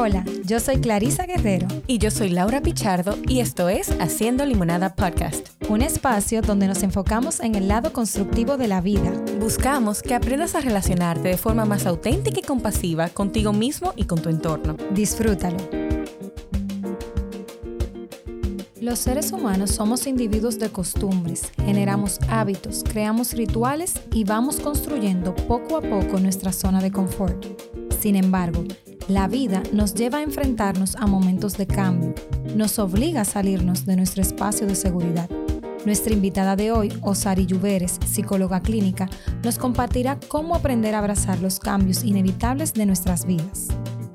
Hola, yo soy Clarisa Guerrero. Y yo soy Laura Pichardo y esto es Haciendo Limonada Podcast. Un espacio donde nos enfocamos en el lado constructivo de la vida. Buscamos que aprendas a relacionarte de forma más auténtica y compasiva contigo mismo y con tu entorno. Disfrútalo. Los seres humanos somos individuos de costumbres, generamos hábitos, creamos rituales y vamos construyendo poco a poco nuestra zona de confort. Sin embargo, la vida nos lleva a enfrentarnos a momentos de cambio, nos obliga a salirnos de nuestro espacio de seguridad. Nuestra invitada de hoy, Osari Lluveres, psicóloga clínica, nos compartirá cómo aprender a abrazar los cambios inevitables de nuestras vidas.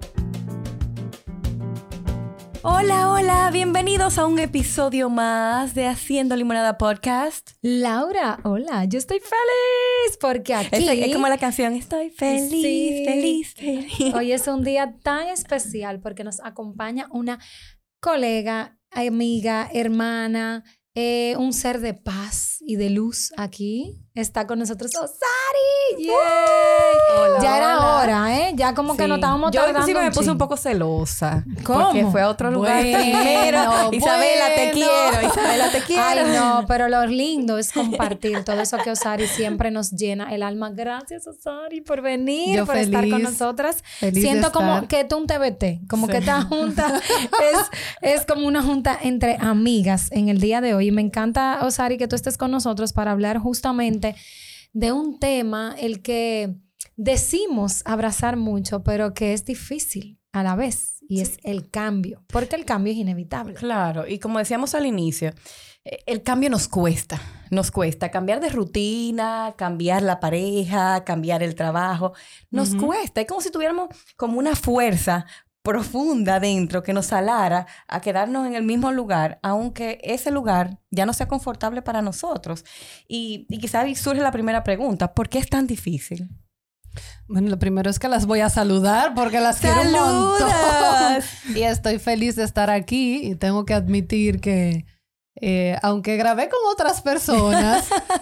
Hola, bienvenidos a un episodio más de Haciendo Limonada Podcast. Laura, hola, yo estoy feliz porque aquí... Es como la canción, estoy feliz, Sí. feliz. Hoy es un día tan especial porque nos acompaña una colega, amiga, hermana, un ser de paz y de luz aquí. Está con nosotros Osari. ¡Yay! Hola, Ya era hola. hora, ¿eh? Ya como que Sí. no estábamos Yo tardando inclusive me puse chin. un poco celosa. ¿Cómo? Porque fue a otro lugar primero. Isabela, te quiero. Isabela, te quiero. Ay, no, pero lo lindo es compartir todo eso que Osari siempre nos llena el alma. Gracias, Osari, por venir, Yo por estar con feliz, nosotras. feliz de Siento como estar. que esto es un TBT, como Sí. que esta junta es como una junta entre amigas en el día de hoy. Y me encanta, Osari, que tú estés con nosotros para hablar justamente de un tema el que decimos abrazar mucho, pero que es difícil a la vez, y es el cambio, porque el cambio es inevitable. Claro, y como decíamos al inicio, el cambio nos cuesta cambiar de rutina, cambiar la pareja, cambiar el trabajo, nos cuesta, es como si tuviéramos como una fuerza profunda dentro que nos alara a quedarnos en el mismo lugar, aunque ese lugar ya no sea confortable para nosotros. Y quizás ahí surge la primera pregunta, ¿por qué es tan difícil? Bueno, lo primero es que las voy a saludar porque las quiero un montón. ¡Saludas! Y estoy feliz de estar aquí y tengo que admitir que aunque grabé con otras personas,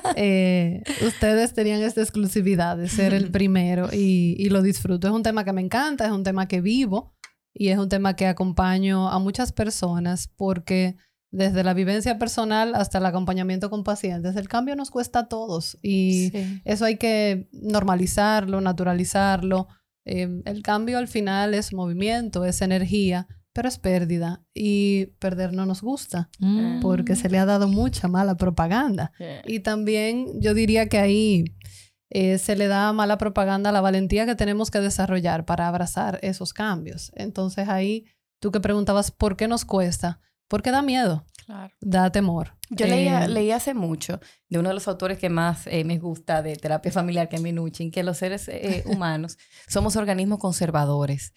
ustedes tenían esta exclusividad de ser el primero y lo disfruto. Es un tema que me encanta, es un tema que vivo y es un tema que acompaño a muchas personas porque desde la vivencia personal hasta el acompañamiento con pacientes, el cambio nos cuesta a todos y Sí. eso hay que normalizarlo, naturalizarlo. El cambio al final es movimiento, es energía, pero es pérdida y perder no nos gusta porque se le ha dado mucha mala propaganda. Y también yo diría que ahí se le da mala propaganda a la valentía que tenemos que desarrollar para abrazar esos cambios. Entonces ahí tú que preguntabas ¿por qué nos cuesta? Porque da miedo, Claro. da temor. Yo leí hace mucho de uno de los autores que más me gusta de terapia familiar, que es Minuchin, que los seres humanos somos organismos conservadores.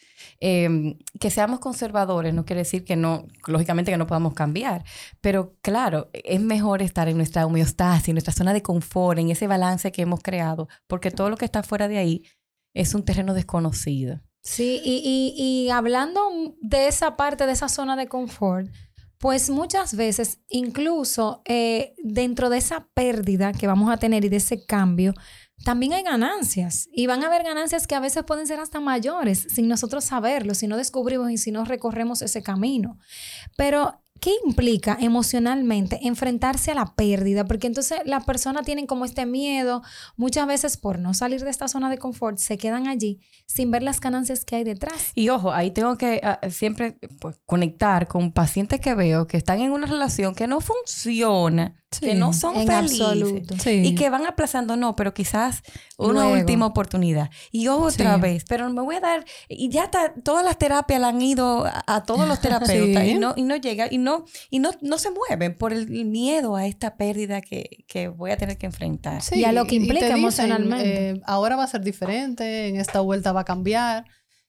Que seamos conservadores no quiere decir que no, lógicamente que no podamos cambiar, pero claro, es mejor estar en nuestra homeostasis, en nuestra zona de confort, en ese balance que hemos creado, porque todo lo que está fuera de ahí es un terreno desconocido. Sí, y hablando de esa parte, de esa zona de confort, pues muchas veces, incluso dentro de esa pérdida que vamos a tener y de ese cambio, también hay ganancias. Y van a haber ganancias que a veces pueden ser hasta mayores sin nosotros saberlo, si no descubrimos y si no recorremos ese camino. Pero ¿qué implica emocionalmente enfrentarse a la pérdida? Porque entonces las personas tienen como este miedo, muchas veces por no salir de esta zona de confort, se quedan allí sin ver las ganancias que hay detrás. Y ojo, ahí tengo que siempre pues, conectar con pacientes que veo que están en una relación que no funciona, Sí, que no son en felices. absoluto. Sí. Y que van aplazando, no, pero quizás una Luego. última oportunidad. Y otra Sí. vez, pero me voy a dar... Y ya está, todas las terapias la han ido a todos los terapeutas Sí. y no llega, y no se mueven por el miedo a esta pérdida que voy a tener que enfrentar. Sí, Y a lo que y implica te dicen, emocionalmente. Ahora va a ser diferente, en esta vuelta va a cambiar.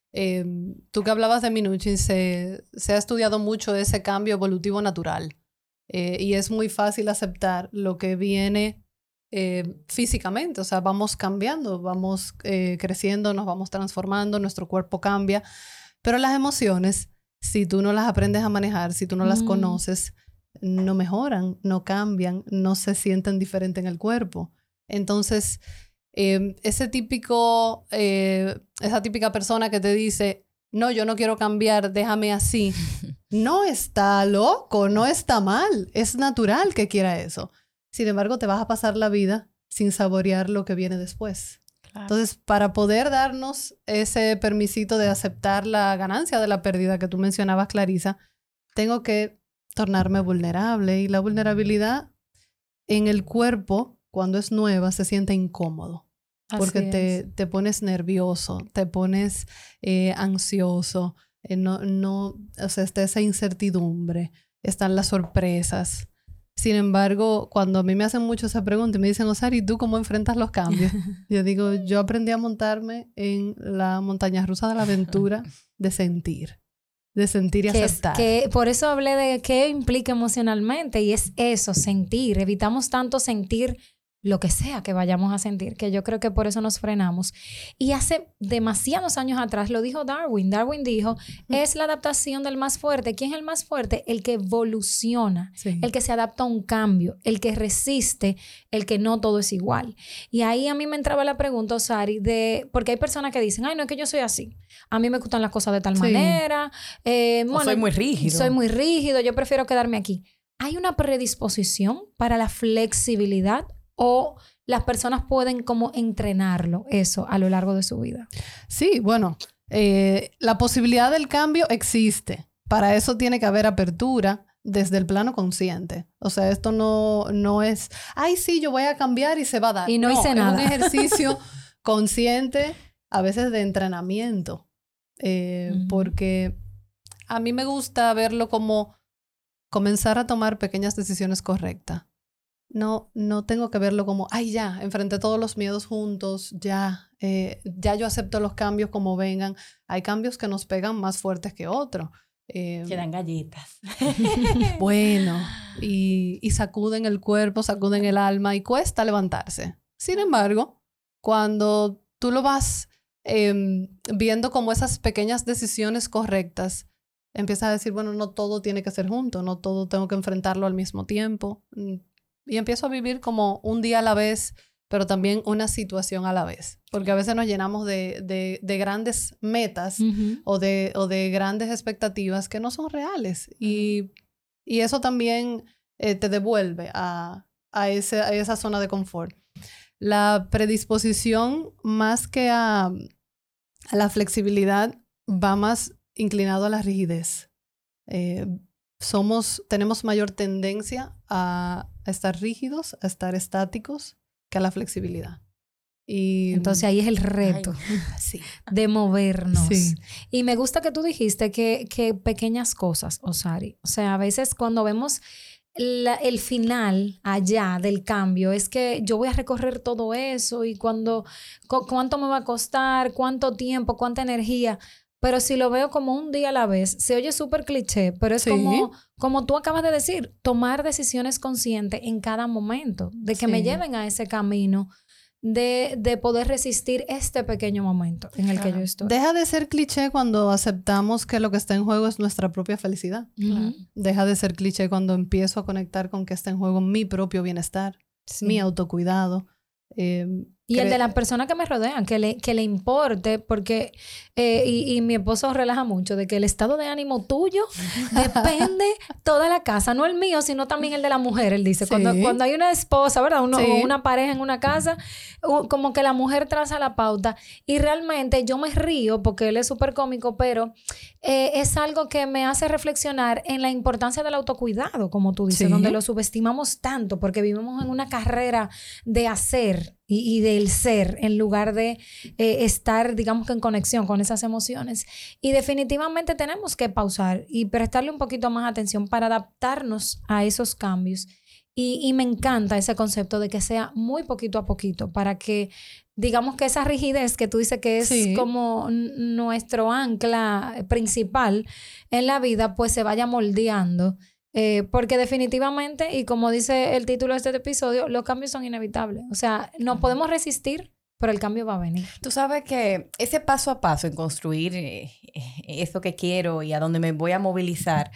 Tú que hablabas de Minuchin, se ha estudiado mucho ese cambio evolutivo natural. Y es muy fácil aceptar lo que viene físicamente. O sea, vamos cambiando, vamos creciendo, nos vamos transformando, nuestro cuerpo cambia. Pero las emociones, si tú no las aprendes a manejar, si tú no las conoces, no mejoran, no cambian, no se sienten diferente en el cuerpo. Entonces, esa típica persona que te dice, no, yo no quiero cambiar, déjame así. No está loco, no está mal. Es natural que quiera eso. Sin embargo, te vas a pasar la vida sin saborear lo que viene después. Claro. Entonces, para poder darnos ese permisito de aceptar la ganancia de la pérdida que tú mencionabas, Clarisa, tengo que tornarme vulnerable. Y la vulnerabilidad en el cuerpo, cuando es nueva, se siente incómodo. Porque te pones nervioso, te pones ansioso, o sea, está esa incertidumbre, están las sorpresas. Sin embargo, cuando a mí me hacen mucho esa pregunta y me dicen, Osari, ¿tú cómo enfrentas los cambios? Yo digo, yo aprendí a montarme en la montaña rusa de la aventura de sentir y aceptar. Por eso hablé de qué implica emocionalmente, y es eso, sentir. Evitamos tanto sentir lo que sea que vayamos a sentir, que yo creo que por eso nos frenamos. Y hace demasiados años atrás lo dijo Darwin. Darwin dijo, es la adaptación del más fuerte. ¿Quién es el más fuerte? El que evoluciona, el que se adapta a un cambio, el que resiste, el que no todo es igual. Y ahí a mí me entraba la pregunta, Osari, porque hay personas que dicen, ay, no, es que yo soy así. A mí me gustan las cosas de tal manera. Bueno, soy muy rígido. Soy muy rígido, yo prefiero quedarme aquí. ¿Hay una predisposición para la flexibilidad? ¿O las personas pueden como entrenarlo, eso, a lo largo de su vida? Sí, bueno, la posibilidad del cambio existe. Para eso tiene que haber apertura desde el plano consciente. O sea, esto no es, ay, sí, yo voy a cambiar y se va a dar. Y no hice nada. Es un ejercicio consciente, a veces de entrenamiento. Porque a mí me gusta verlo como comenzar a tomar pequeñas decisiones correctas. No tengo que verlo como, ay, ya, enfrenté todos los miedos juntos, ya yo acepto los cambios como vengan. Hay cambios que nos pegan más fuertes que otros. Que dan galletas. Bueno, y sacuden el cuerpo, sacuden el alma y cuesta levantarse. Sin embargo, cuando tú lo vas viendo como esas pequeñas decisiones correctas, empiezas a decir, bueno, no todo tiene que ser junto, no todo tengo que enfrentarlo al mismo tiempo. Y empiezo a vivir como un día a la vez, pero también una situación a la vez. Porque a veces nos llenamos de grandes metas o de grandes expectativas que no son reales. Y eso también te devuelve a esa zona de confort. La predisposición, más que a la flexibilidad, va más inclinado a la rigidez. Tenemos mayor tendencia a estar rígidos, a estar estáticos, que a la flexibilidad. Y entonces ahí es el reto de movernos. Sí. Y me gusta que tú dijiste que pequeñas cosas, Osari. O sea, a veces cuando vemos el final allá del cambio, es que yo voy a recorrer todo eso y cuánto me va a costar, cuánto tiempo, cuánta energía. Pero si lo veo como un día a la vez, se oye súper cliché, pero es como tú acabas de decir, tomar decisiones conscientes en cada momento, de que me lleven a ese camino, de poder resistir este pequeño momento en el que yo estoy. Deja de ser cliché cuando aceptamos que lo que está en juego es nuestra propia felicidad. Deja de ser cliché cuando empiezo a conectar con que está en juego mi propio bienestar, mi autocuidado. Y el de las personas que me rodean, que le importe, porque, y mi esposo relaja mucho, de que el estado de ánimo tuyo depende toda la casa, no el mío, sino también el de la mujer, él dice. Cuando hay una esposa, ¿verdad? O una pareja en una casa, como que la mujer traza la pauta. Y realmente yo me río porque él es súper cómico, pero es algo que me hace reflexionar en la importancia del autocuidado, como tú dices, donde lo subestimamos tanto, porque vivimos en una carrera de hacer y del ser, en lugar de estar, digamos que en conexión con esas emociones. Y definitivamente tenemos que pausar y prestarle un poquito más atención para adaptarnos a esos cambios. Y me encanta ese concepto de que sea muy poquito a poquito, para que, digamos que esa rigidez que tú dices que es como nuestro ancla principal en la vida, pues se vaya moldeando. Porque definitivamente, y como dice el título de este episodio, los cambios son inevitables. O sea, no podemos resistir, pero el cambio va a venir. Tú sabes que ese paso a paso en construir eso que quiero y a dónde me voy a movilizar,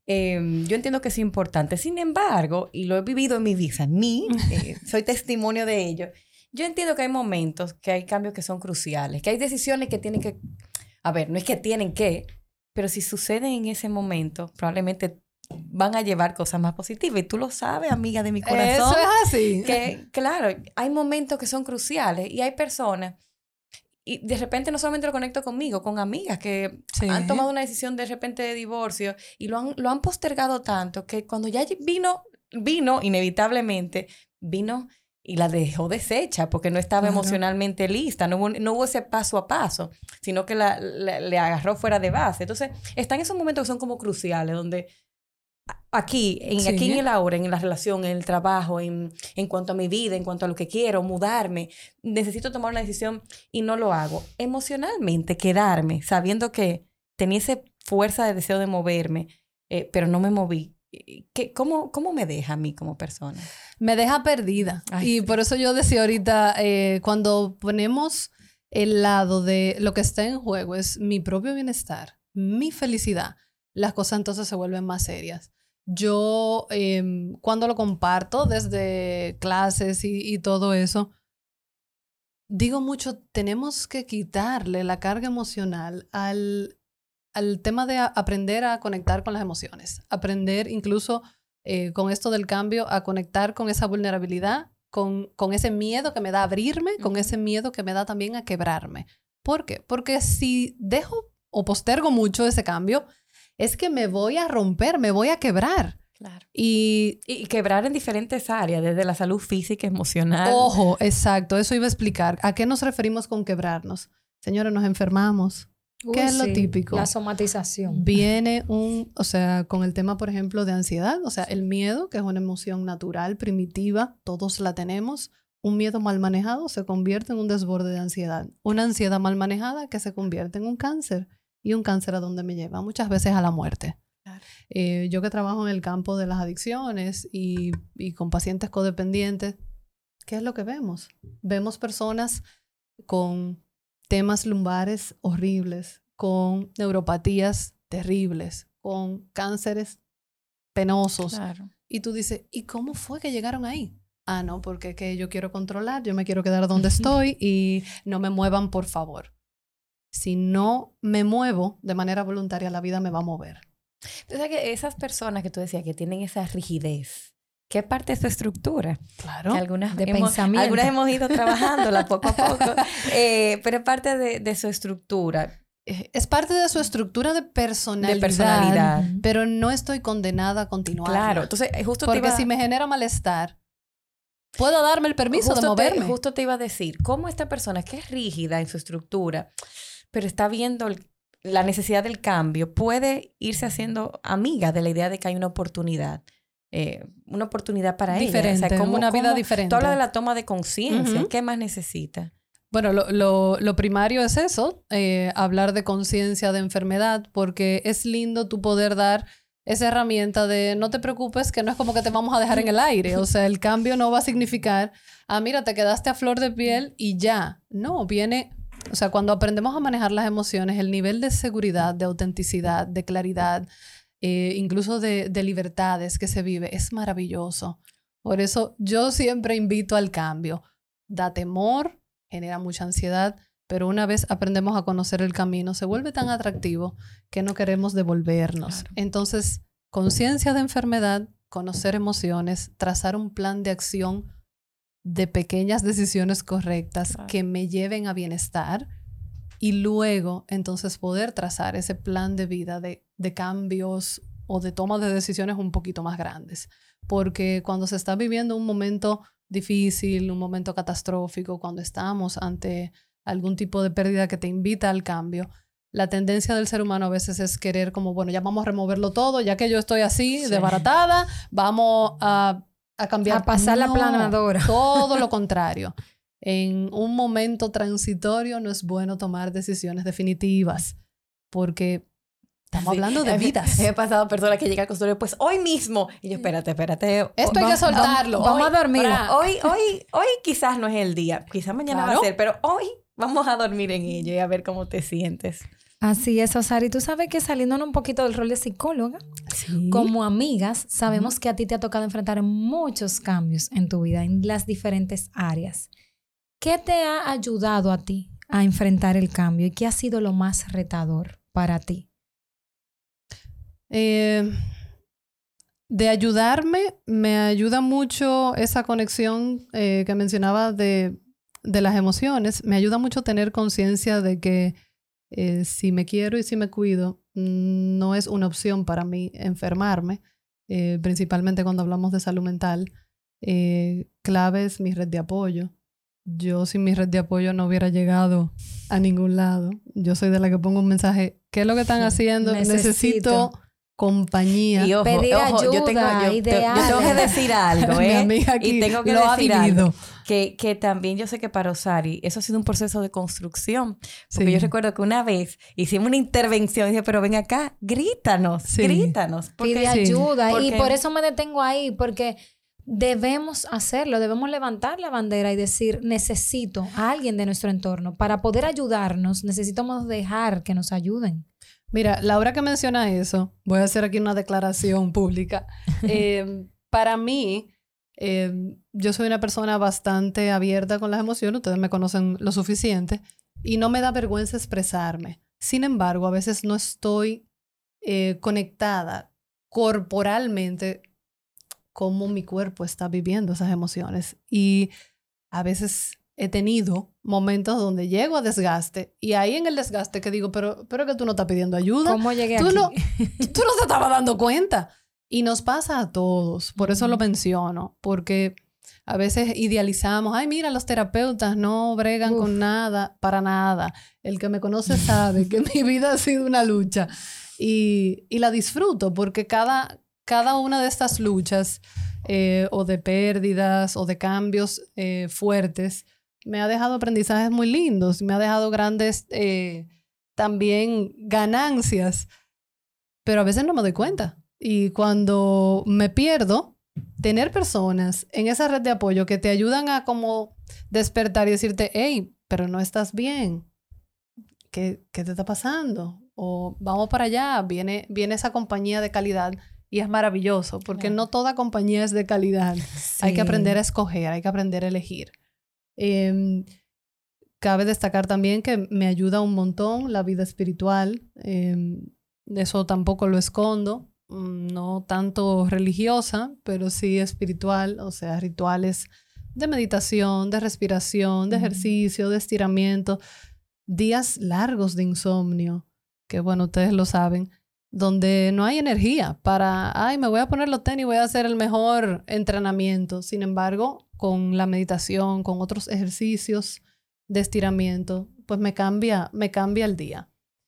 yo entiendo que es importante. Sin embargo, y lo he vivido en mi vida, soy testimonio de ello, yo entiendo que hay momentos, que hay cambios que son cruciales, que hay decisiones que tienen que A ver, no es que tienen que, pero si sucede en ese momento, probablemente van a llevar cosas más positivas. Y tú lo sabes, amiga de mi corazón. Eso es así. Que, claro, hay momentos que son cruciales y hay personas, y de repente no solamente lo conecto conmigo, con amigas que han tomado una decisión de repente de divorcio y lo han postergado tanto que cuando ya vino inevitablemente, vino y la dejó deshecha porque no estaba emocionalmente lista, no hubo ese paso a paso, sino que le agarró fuera de base. Entonces, están esos momentos que son como cruciales, donde aquí en el ahora, en la relación, en el trabajo, en cuanto a mi vida, en cuanto a lo que quiero, mudarme, necesito tomar una decisión y no lo hago. Emocionalmente, quedarme sabiendo que tenía esa fuerza de deseo de moverme, pero no me moví. ¿Cómo me deja a mí como persona? Me deja perdida. Ay, y por eso yo decía ahorita, cuando ponemos el lado de lo que está en juego es mi propio bienestar, mi felicidad, las cosas entonces se vuelven más serias. Yo, cuando lo comparto desde clases y todo eso, digo mucho, tenemos que quitarle la carga emocional al tema de aprender a conectar con las emociones. Aprender incluso con esto del cambio a conectar con esa vulnerabilidad, con ese miedo que me da a abrirme, con ese miedo que me da también a quebrarme. ¿Por qué? Porque si dejo o postergo mucho ese cambio, es que me voy a romper, me voy a quebrar. Claro. Y quebrar en diferentes áreas, desde la salud física, emocional. Ojo, exacto, eso iba a explicar. ¿A qué nos referimos con quebrarnos? Señores, nos enfermamos. ¿Qué es lo típico? La somatización. Viene con el tema, por ejemplo, de ansiedad, o sea, el miedo, que es una emoción natural, primitiva, todos la tenemos. Un miedo mal manejado se convierte en un desborde de ansiedad. Una ansiedad mal manejada que se convierte en un cáncer. ¿Y un cáncer a dónde me lleva? Muchas veces a la muerte. Claro. Yo que trabajo en el campo de las adicciones y con pacientes codependientes, ¿qué es lo que vemos? Vemos personas con temas lumbares horribles, con neuropatías terribles, con cánceres penosos. Claro. Y tú dices, ¿y cómo fue que llegaron ahí? Ah, no, porque que yo quiero controlar, yo me quiero quedar donde estoy y no me muevan, por favor. Si no me muevo de manera voluntaria, la vida me va a mover. O sea, que esas personas que tú decías que tienen esa rigidez, ¿qué parte de su estructura? Claro. Que algunas de pensamiento. Algunas hemos ido trabajándola poco a poco, pero es parte de su estructura. Es parte de su estructura de personalidad. Pero no estoy condenada a continuar. Claro. Entonces, justo porque si me genera malestar, puedo darme el permiso de moverme. Justo te iba a decir, ¿cómo esta persona que es rígida en su estructura, pero está viendo la necesidad del cambio, puede irse haciendo amiga de la idea de que hay una oportunidad para diferente, ella? O sea, una vida diferente. Tú hablas de la toma de conciencia. ¿Qué más necesita? Bueno, lo primario es eso, hablar de conciencia de enfermedad, porque es lindo tú poder dar esa herramienta de no te preocupes, que no es como que te vamos a dejar en el aire. O sea, el cambio no va a significar, mira, te quedaste a flor de piel y ya. No, viene... O sea, cuando aprendemos a manejar las emociones, el nivel de seguridad, de autenticidad, de claridad, incluso de libertades que se vive, es maravilloso. Por eso yo siempre invito al cambio. Da temor, genera mucha ansiedad, pero una vez aprendemos a conocer el camino, se vuelve tan atractivo que no queremos devolvernos. Claro. Entonces, conciencia de enfermedad, conocer emociones, trazar un plan de acción de pequeñas decisiones correctas que me lleven a bienestar y luego entonces poder trazar ese plan de vida de cambios o de toma de decisiones un poquito más grandes. Porque cuando se está viviendo un momento difícil, un momento catastrófico, cuando estamos ante algún tipo de pérdida que te invita al cambio, la tendencia del ser humano a veces es querer como, bueno, ya vamos a removerlo todo, ya que yo estoy así, desbaratada, vamos a cambiar. A pasar la planadora. Todo lo contrario. En un momento transitorio no es bueno tomar decisiones definitivas porque estamos hablando de vidas. He pasado personas que llegan al consultorio, pues hoy mismo. Y yo, espérate. Esto hay que soltarlo. Vamos a dormir. Hoy quizás no es el día. Quizás mañana va a ser, pero hoy vamos a dormir en ello y a ver cómo te sientes. Así es, Osari. Tú sabes que saliéndonos un poquito del rol de psicóloga, como amigas, sabemos que a ti te ha tocado enfrentar muchos cambios en tu vida, en las diferentes áreas. ¿Qué te ha ayudado a ti a enfrentar el cambio y qué ha sido lo más retador para ti? De ayudarme, me ayuda mucho esa conexión que mencionaba de las emociones. Me ayuda mucho tener conciencia de que si me quiero y si me cuido, no es una opción para mí enfermarme, principalmente cuando hablamos de salud mental. Clave es mi red de apoyo. Yo sin mi red de apoyo no hubiera llegado a ningún lado. Yo soy de la que pongo un mensaje, ¿qué es lo que están haciendo? Necesito compañía. Y pedir ayuda, yo tengo que decir algo, Mi amiga aquí y tengo que lo ha decir vivido. algo. Que también yo sé que para Osari eso ha sido un proceso de construcción. Porque Sí. yo recuerdo que una vez hicimos una intervención y dije, pero ven acá, grítanos, Sí. grítanos. Pide Sí. ayuda. Y Porque- por eso me detengo ahí, porque debemos hacerlo, debemos levantar la bandera y decir, necesito a alguien de nuestro entorno. Para poder ayudarnos, necesitamos dejar que nos ayuden. Mira, Laura que menciona eso, voy a hacer aquí una declaración pública. Para mí, yo soy una persona bastante abierta con las emociones, ustedes me conocen lo suficiente, y no me da vergüenza expresarme. Sin embargo, a veces no estoy conectada corporalmente cómo mi cuerpo está viviendo esas emociones. Y a veces he tenido momentos donde llego a desgaste y ahí en el desgaste que digo, pero que tú no estás pidiendo ayuda. ¿Cómo llegué Tú aquí? no te estabas dando cuenta. Y nos pasa a todos. Por eso lo menciono. Porque a veces idealizamos. Ay, mira, los terapeutas no bregan con nada. Para nada. El que me conoce sabe que mi vida ha sido una lucha. Y la disfruto porque cada una de estas luchas o de pérdidas o de cambios fuertes me ha dejado aprendizajes muy lindos. Me ha dejado grandes también ganancias. Pero a veces no me doy cuenta. Y cuando me pierdo, tener personas en esa red de apoyo que te ayudan a como despertar y decirte, hey, pero no estás bien. ¿Qué te está pasando? O vamos para allá, viene esa compañía de calidad y es maravilloso porque no toda compañía es de calidad. Sí. Hay que aprender a escoger, hay que aprender a elegir. Cabe destacar también que me ayuda un montón la vida espiritual. Eso tampoco lo escondo. No tanto religiosa, pero sí espiritual, o sea, rituales de meditación, de respiración, de ejercicio, de estiramiento, días largos de insomnio, que bueno, ustedes lo saben, donde no hay energía para, ay, me voy a poner los tenis y voy a hacer el mejor entrenamiento. Sin embargo, con la meditación, con otros ejercicios de estiramiento, pues me cambia el día.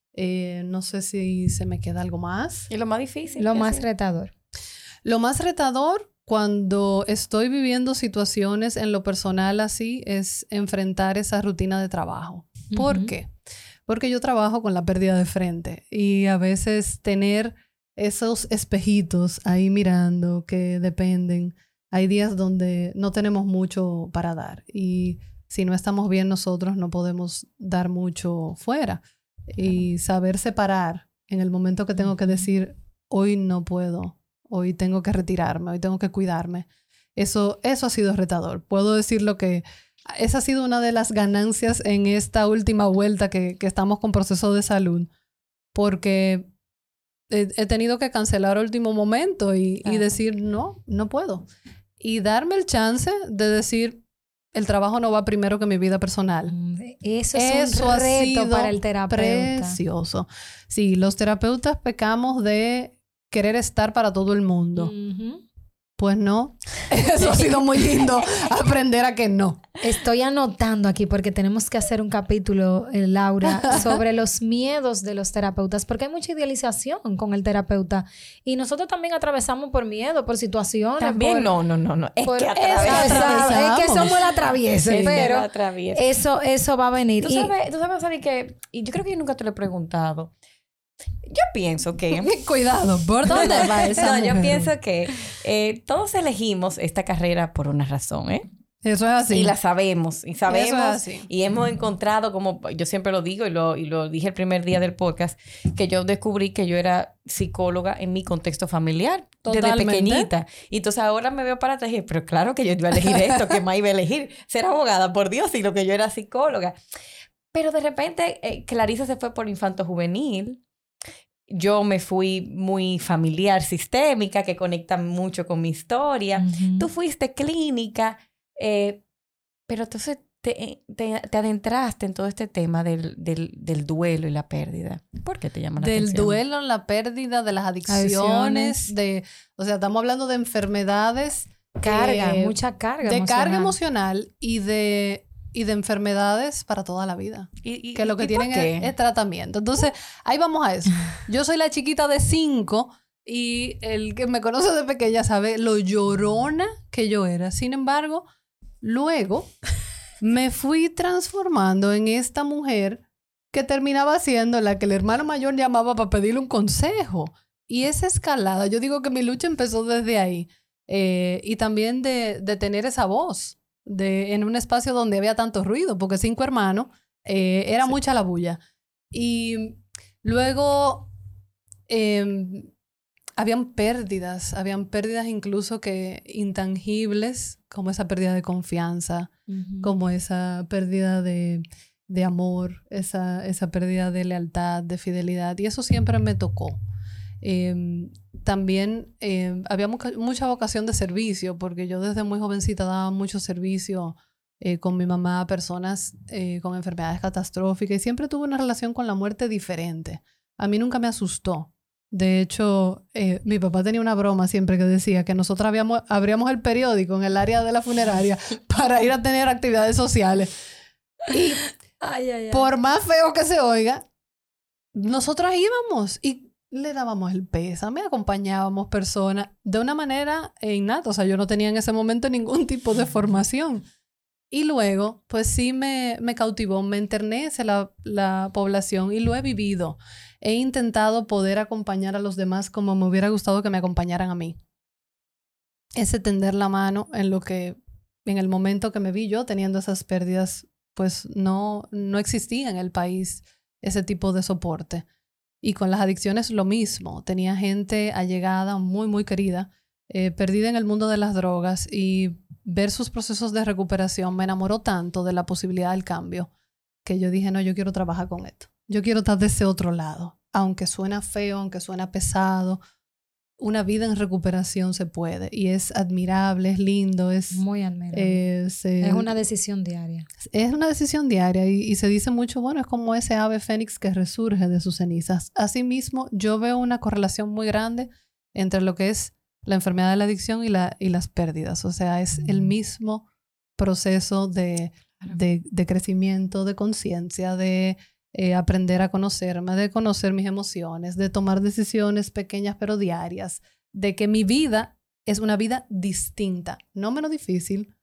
No sé si se me queda algo más. Y lo más difícil. Lo más retador. Lo más retador cuando estoy viviendo situaciones en lo personal así es enfrentar esa rutina de trabajo. ¿Por qué? Porque yo trabajo con la pérdida de frente y a veces tener esos espejitos ahí mirando que dependen. Hay días donde no tenemos mucho para dar y si no estamos bien nosotros no podemos dar mucho fuera. Y saber separar en el momento que tengo que decir, hoy no puedo, hoy tengo que retirarme, hoy tengo que cuidarme. Eso ha sido retador. Puedo decirlo que esa ha sido una de las ganancias en esta última vuelta que estamos con proceso de salud, porque he tenido que cancelar al último momento y decir, no puedo. Y darme el chance de decir, el trabajo no va primero que mi vida personal. Eso es un reto para el terapeuta. Precioso. Sí, los terapeutas pecamos de querer estar para todo el mundo. Pues no. Eso ha sido muy lindo, aprender a que no. Estoy anotando aquí porque tenemos que hacer un capítulo, Laura, sobre los miedos de los terapeutas, porque hay mucha idealización con el terapeuta y nosotros también atravesamos por miedo, por situaciones. También no. Es por que es que somos la traviesa, pero eso va a venir. Tú sabes, Sari, que y yo creo que yo nunca te lo he preguntado. Yo pienso que... Cuidado, ¿por dónde va esa mujer? Yo pienso que todos elegimos esta carrera por una razón, ¿eh? Eso es así. Y la sabemos, Eso es así. y hemos encontrado, como yo siempre lo digo y lo dije el primer día del podcast, que yo descubrí que yo era psicóloga en mi contexto familiar desde pequeñita. Y entonces ahora me veo para atrás y dije, pero claro que yo iba a elegir esto, que más iba a elegir ser abogada, por Dios, y lo que yo era psicóloga. Pero de repente Clarisa se fue por infanto juvenil. Yo me fui muy familiar, sistémica, que conecta mucho con mi historia. Tú fuiste clínica, pero entonces te adentraste en todo este tema del duelo y la pérdida. ¿Por qué te llama la atención? Del duelo, la pérdida, de las adicciones. O sea, estamos hablando de enfermedades. Carga, mucha carga de emocional. carga emocional y de enfermedades para toda la vida. Que lo que tienen es tratamiento. Entonces, ahí vamos a eso. Yo soy la chiquita de 5 y el que me conoce de pequeña sabe lo llorona que yo era. Sin embargo, luego me fui transformando en esta mujer que terminaba siendo la que el hermano mayor llamaba para pedirle un consejo. Y esa escalada, yo digo que mi lucha empezó desde ahí. Y también de tener esa voz en un espacio donde había tanto ruido, porque 5 hermanos, era mucha la bulla. Y luego habían pérdidas incluso que intangibles, como esa pérdida de confianza, como esa pérdida de amor, esa pérdida de lealtad, de fidelidad, y eso siempre me tocó. También había mucha vocación de servicio, porque yo desde muy jovencita daba mucho servicio con mi mamá a personas con enfermedades catastróficas, y siempre tuve una relación con la muerte diferente. A mí nunca me asustó. De hecho, mi papá tenía una broma siempre que decía que nosotros abríamos el periódico en el área de la funeraria para ir a tener actividades sociales. Y por más feo que se oiga, nosotros íbamos y le dábamos el pésame, acompañábamos personas de una manera innata. O sea, yo no tenía en ese momento ningún tipo de formación. Y luego, pues sí me cautivó, me enternece la población y lo he vivido. He intentado poder acompañar a los demás como me hubiera gustado que me acompañaran a mí. Ese tender la mano en el momento que me vi yo teniendo esas pérdidas, pues no existía en el país ese tipo de soporte. Y con las adicciones lo mismo. Tenía gente allegada, muy, muy querida, perdida en el mundo de las drogas, y ver sus procesos de recuperación me enamoró tanto de la posibilidad del cambio que yo dije, no, yo quiero trabajar con esto. Yo quiero estar de ese otro lado. Aunque suena feo, aunque suena pesado, una vida en recuperación se puede. Y es admirable, es lindo, es... Muy admirable. Es una decisión diaria. Es una decisión diaria y se dice mucho, bueno, es como ese ave fénix que resurge de sus cenizas. Asimismo, yo veo una correlación muy grande entre lo que es la enfermedad de la adicción y las pérdidas. O sea, es el mismo proceso de crecimiento, de conciencia, de aprender a conocerme, de conocer mis emociones, de tomar decisiones pequeñas pero diarias, de que mi vida es una vida distinta, no menos difícil,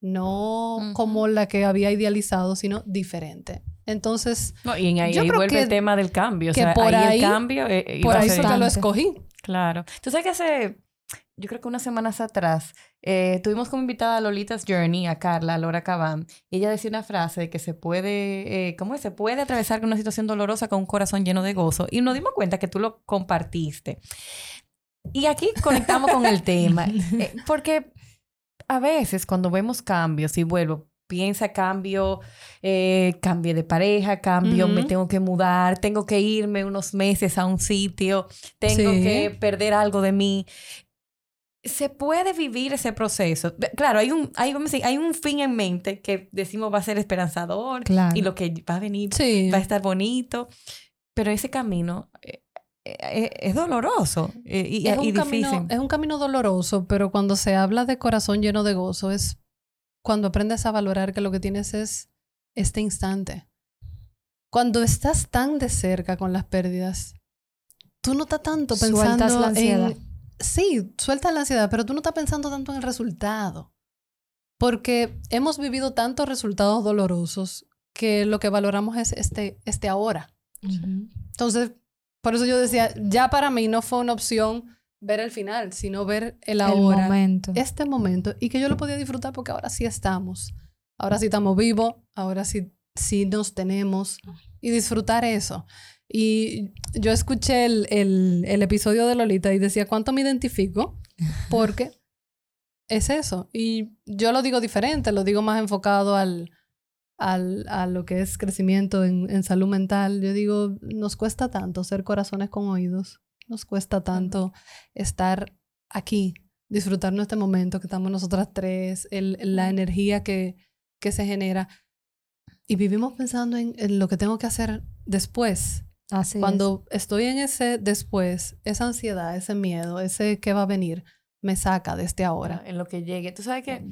no como la que había idealizado, sino diferente. Entonces, y ahí vuelve el tema del cambio. O sea, por ahí el cambio por ahí fue que lo escogí. Claro. Tú sabes que yo creo que unas semanas atrás, tuvimos como invitada a Lolita's Journey, a Carla, a Laura Cabán, y ella decía una frase de que se puede, se puede atravesar una situación dolorosa con un corazón lleno de gozo, y nos dimos cuenta que tú lo compartiste. Y aquí conectamos con el tema, porque a veces cuando vemos cambios, y vuelvo, piensa cambio, cambie de pareja, cambio, me tengo que mudar, tengo que irme unos meses a un sitio, tengo que perder algo de mí. Se puede vivir ese proceso. Claro, hay un fin en mente que decimos va a ser esperanzador, claro, y lo que va a venir va a estar bonito, pero ese camino es doloroso y difícil. Es un camino doloroso, pero cuando se habla de corazón lleno de gozo es cuando aprendes a valorar que lo que tienes es este instante. Cuando estás tan de cerca con las pérdidas, tú no estás tanto pensando sueltas la ansiedad. Sí, sueltas la ansiedad, pero tú no estás pensando tanto en el resultado. Porque hemos vivido tantos resultados dolorosos que lo que valoramos es este ahora. Entonces, por eso yo decía, ya para mí no fue una opción ver el final, sino ver el ahora. Momento. Este momento. Y que yo lo podía disfrutar porque ahora sí estamos. Ahora sí estamos vivos. Ahora sí nos tenemos. Y disfrutar eso. Y yo escuché el episodio de Lolita y decía, ¿cuánto me identifico? Porque es eso. Y yo lo digo diferente, lo digo más enfocado al a lo que es crecimiento en salud mental, yo digo, nos cuesta tanto ser corazones con oídos, nos cuesta tanto estar aquí, disfrutar este momento que estamos nosotras tres, la energía que se genera. Y vivimos pensando en lo que tengo que hacer después. Así Cuando estoy en ese después, esa ansiedad, ese miedo, ese qué va a venir, me saca de este ahora. En lo que llegue. Tú sabes que,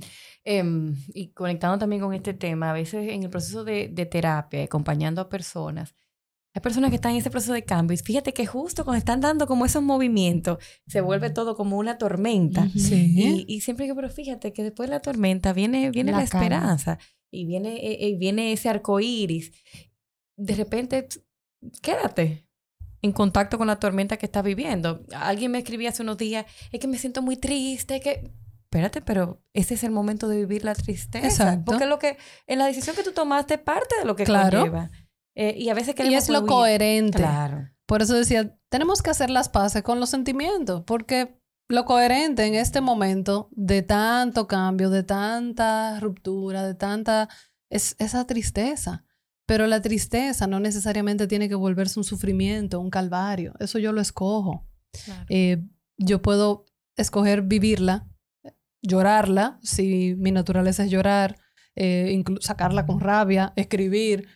y conectando también con este tema, a veces en el proceso de terapia, acompañando a personas, hay personas que están en ese proceso de cambio y fíjate que justo cuando están dando como esos movimientos, se vuelve todo como una tormenta. Sí. Y siempre digo, pero fíjate que después de la tormenta viene la esperanza y viene ese arco iris. De repente, quédate en contacto con la tormenta que estás viviendo. Alguien me escribía hace unos días, es que me siento muy triste, que... Espérate, pero ese es el momento de vivir la tristeza. Exacto. Porque en la decisión que tú tomaste parte de lo que Claro. conlleva. Y a veces queremos Y es lo huir. coherente. Claro. Por eso decía, tenemos que hacer las paces con los sentimientos, porque lo coherente en este momento de tanto cambio, de tanta ruptura, de tanta... es esa tristeza. Pero la tristeza no necesariamente tiene que volverse un sufrimiento, un calvario. Eso yo lo escojo. Claro. Yo puedo escoger vivirla, llorarla, si mi naturaleza es llorar, sacarla con rabia, escribir,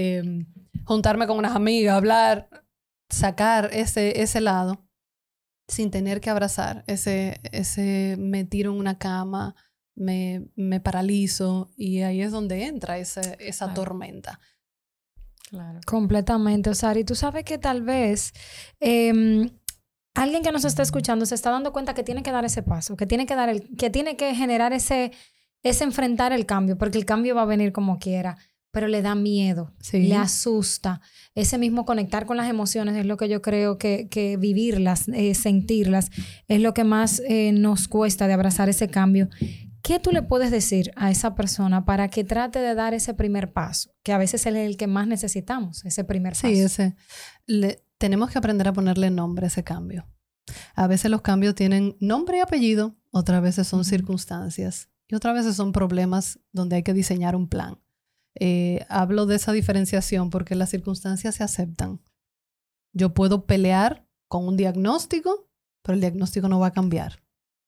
juntarme con unas amigas, hablar, sacar ese lado sin tener que abrazar ese me tiro en una cama, me paralizo, y ahí es donde entra esa Claro. tormenta. Claro. Completamente, Osari. Tú sabes que tal vez alguien que nos está escuchando se está dando cuenta que tiene que dar ese paso, que tiene que generar ese enfrentar el cambio, porque el cambio va a venir como quiera, pero le da miedo, Sí. le asusta. Ese mismo conectar con las emociones es lo que yo creo que vivirlas, sentirlas, es lo que más nos cuesta de abrazar ese cambio. ¿Qué tú le puedes decir a esa persona para que trate de dar ese primer paso? Que a veces es el que más necesitamos, ese primer paso. Sí, tenemos que aprender a ponerle nombre a ese cambio. A veces los cambios tienen nombre y apellido, otras veces son circunstancias y otras veces son problemas donde hay que diseñar un plan. Hablo de esa diferenciación porque las circunstancias se aceptan. Yo puedo pelear con un diagnóstico, pero el diagnóstico no va a cambiar.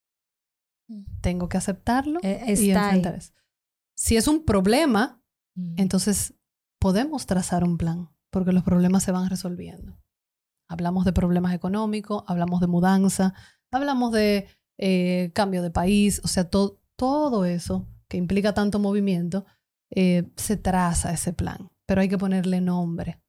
Tengo que aceptarlo y enfrentar eso. Si es un problema, entonces podemos trazar un plan, porque los problemas se van resolviendo. Hablamos de problemas económicos, hablamos de mudanza, hablamos de cambio de país, o sea, todo eso que implica tanto movimiento, se traza ese plan, pero hay que ponerle nombre.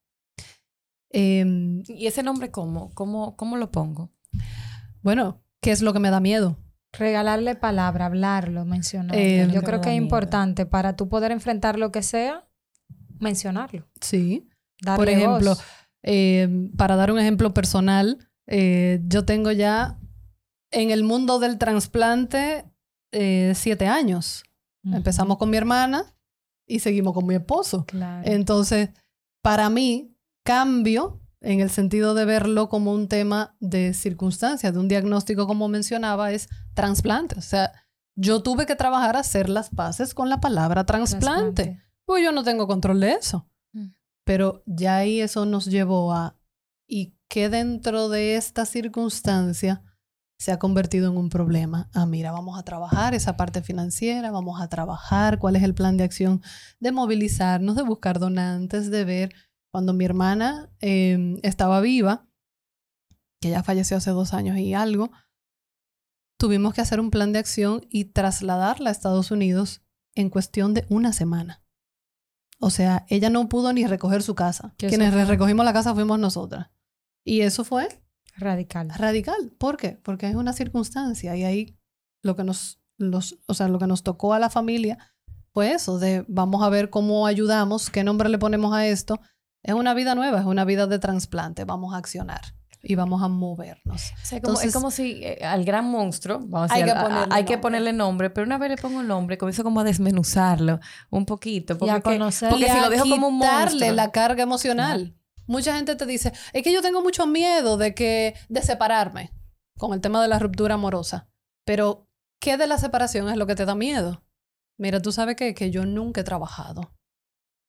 ¿Y ese nombre cómo lo pongo? Bueno, ¿qué es lo que me da miedo? Regalarle palabra, hablarlo, mencionarlo. Yo creo que es importante para tú poder enfrentar lo que sea, mencionarlo. Sí. Darle Por ejemplo, voz. Para dar un ejemplo personal, yo tengo ya en el mundo del trasplante 7 años. Empezamos con mi hermana y seguimos con mi esposo. Claro. Entonces, para mí, cambio en el sentido de verlo como un tema de circunstancias, de un diagnóstico, como mencionaba, es trasplante. O sea, yo tuve que trabajar a hacer las paces con la palabra trasplante. Pues yo no tengo control de eso. Pero ya ahí eso nos llevó a... ¿Y qué dentro de esta circunstancia se ha convertido en un problema? Mira, vamos a trabajar esa parte financiera, vamos a trabajar cuál es el plan de acción, de movilizarnos, de buscar donantes, de ver... Cuando mi hermana estaba viva, que ya falleció hace 2 años y algo, tuvimos que hacer un plan de acción y trasladarla a Estados Unidos en cuestión de 1 semana. O sea, ella no pudo ni recoger su casa. Quienes recogimos la casa fuimos nosotras. Y eso fue radical. ¿Por qué? Porque es una circunstancia y ahí lo que lo que nos tocó a la familia fue eso de vamos a ver cómo ayudamos, qué nombre le ponemos a esto. Es una vida nueva, es una vida de trasplante. Vamos a accionar y vamos a movernos. O sea, es como si al gran monstruo, vamos a decir, hay que ponerle nombre, pero una vez le pongo el nombre, comienzo como a desmenuzarlo un poquito. Porque, y a conocerlo. Porque si lo dejo como un monstruo. Quitarle la carga emocional. Claro. Mucha gente te dice, es que yo tengo mucho miedo de separarme con el tema de la ruptura amorosa. Pero, ¿qué de la separación es lo que te da miedo? Mira, tú sabes que yo nunca he trabajado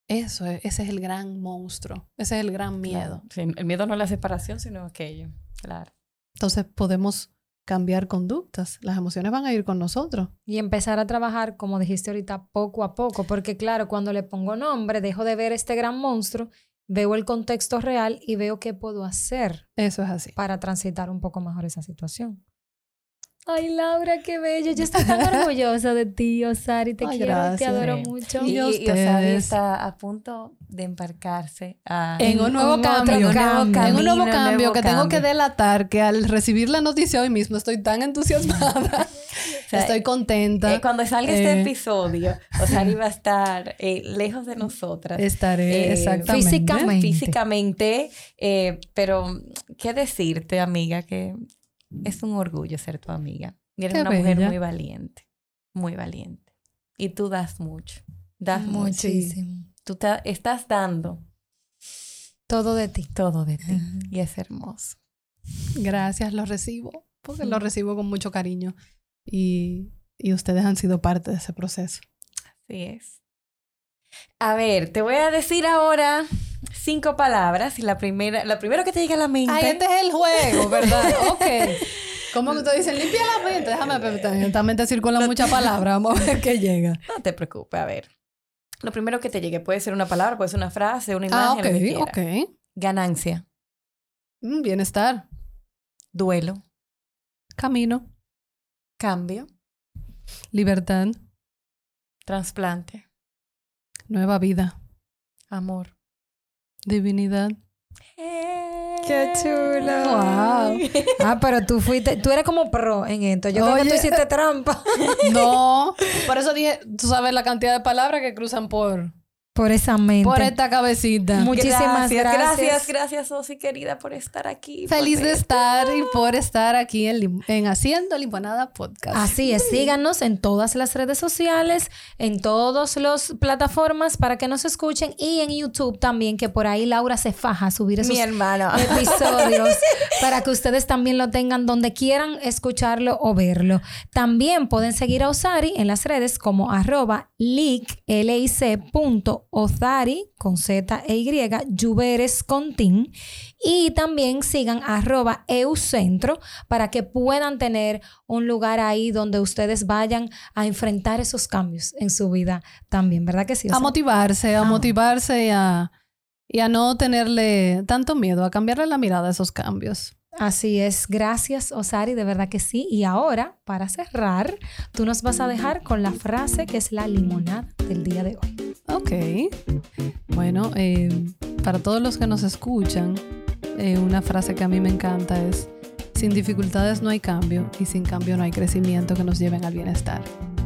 ese es el gran monstruo. Ese es el gran miedo. Claro. Sí, el miedo no es la separación, sino aquello. Claro. Entonces podemos cambiar conductas. Las emociones van a ir con nosotros. Y empezar a trabajar, como dijiste ahorita, poco a poco. Porque claro, cuando le pongo nombre, dejo de ver este gran monstruo, veo el contexto real y veo qué puedo hacer Eso es así. para transitar un poco mejor esa situación. Ay, Laura, qué bello. Yo estoy tan orgullosa de ti, Osari. Te Ay, quiero y te gracias. adoro Sí. mucho. Y Y ustedes. Osari está a punto de embarcarse En un nuevo otro cambio. cambio. En un nuevo camino, cambio nuevo que tengo que cambio. delatar que al recibir la noticia hoy mismo estoy tan entusiasmada. sea, estoy contenta. Cuando salga este episodio, Osari va a estar lejos de nosotras. Estaré exactamente. Físicamente, pero qué decirte, amiga, que es un orgullo ser tu amiga. Y eres Qué una mujer bella. muy valiente, muy valiente. Y tú das mucho, das mucho. Muchísimo. Tú estás dando Todo de ti. todo de ti y es hermoso. Gracias, lo recibo. Porque lo recibo con mucho cariño. Y ustedes han sido parte de ese proceso. Así es. A ver, te voy a decir ahora 5 palabras y la primera que te llegue a la mente. Ay, este es el juego, ¿verdad? Ok. ¿Cómo que ustedes dicen? Limpia la mente. Déjame ver. Esta mente circula muchas palabras. Vamos a ver qué llega. No te preocupes, a ver. Lo primero que te llegue puede ser una palabra, puede ser una frase, una imagen, lo que quieras. ok. Ganancia, Bienestar. duelo, Camino. cambio, Libertad. trasplante, Nueva vida. amor. Divinidad. ¡Qué chulo! Wow. Ah, pero tú eres como pro en esto. Yo creo que tú Oye. hiciste trampa. No. Por eso dije, tú sabes la cantidad de palabras que cruzan por Por esa mente. esta cabecita. Muchísimas gracias. Gracias, Osi, querida, por estar aquí. Feliz por de esto. estar y por estar aquí en Haciendo Limonada Podcast. Así es, síganos en todas las redes sociales, en todas las plataformas para que nos escuchen y en YouTube también, que por ahí Laura se faja a subir esos Mi hermano. episodios para que ustedes también lo tengan donde quieran escucharlo o verlo. También pueden seguir a Osari en las redes como @lic.ozari con Z e Y, Lluveres con tin. Y también sigan @eucentro para que puedan tener un lugar ahí donde ustedes vayan a enfrentar esos cambios en su vida también, ¿verdad que sí? A motivarse y a no tenerle tanto miedo, a cambiarle la mirada a esos cambios. Así es. Gracias, Osari, de verdad que sí. Y ahora, para cerrar, tú nos vas a dejar con la frase que es la limonada del día de hoy. Ok. Bueno, para todos los que nos escuchan, una frase que a mí me encanta es: sin dificultades no hay cambio y sin cambio no hay crecimiento que nos lleven al bienestar.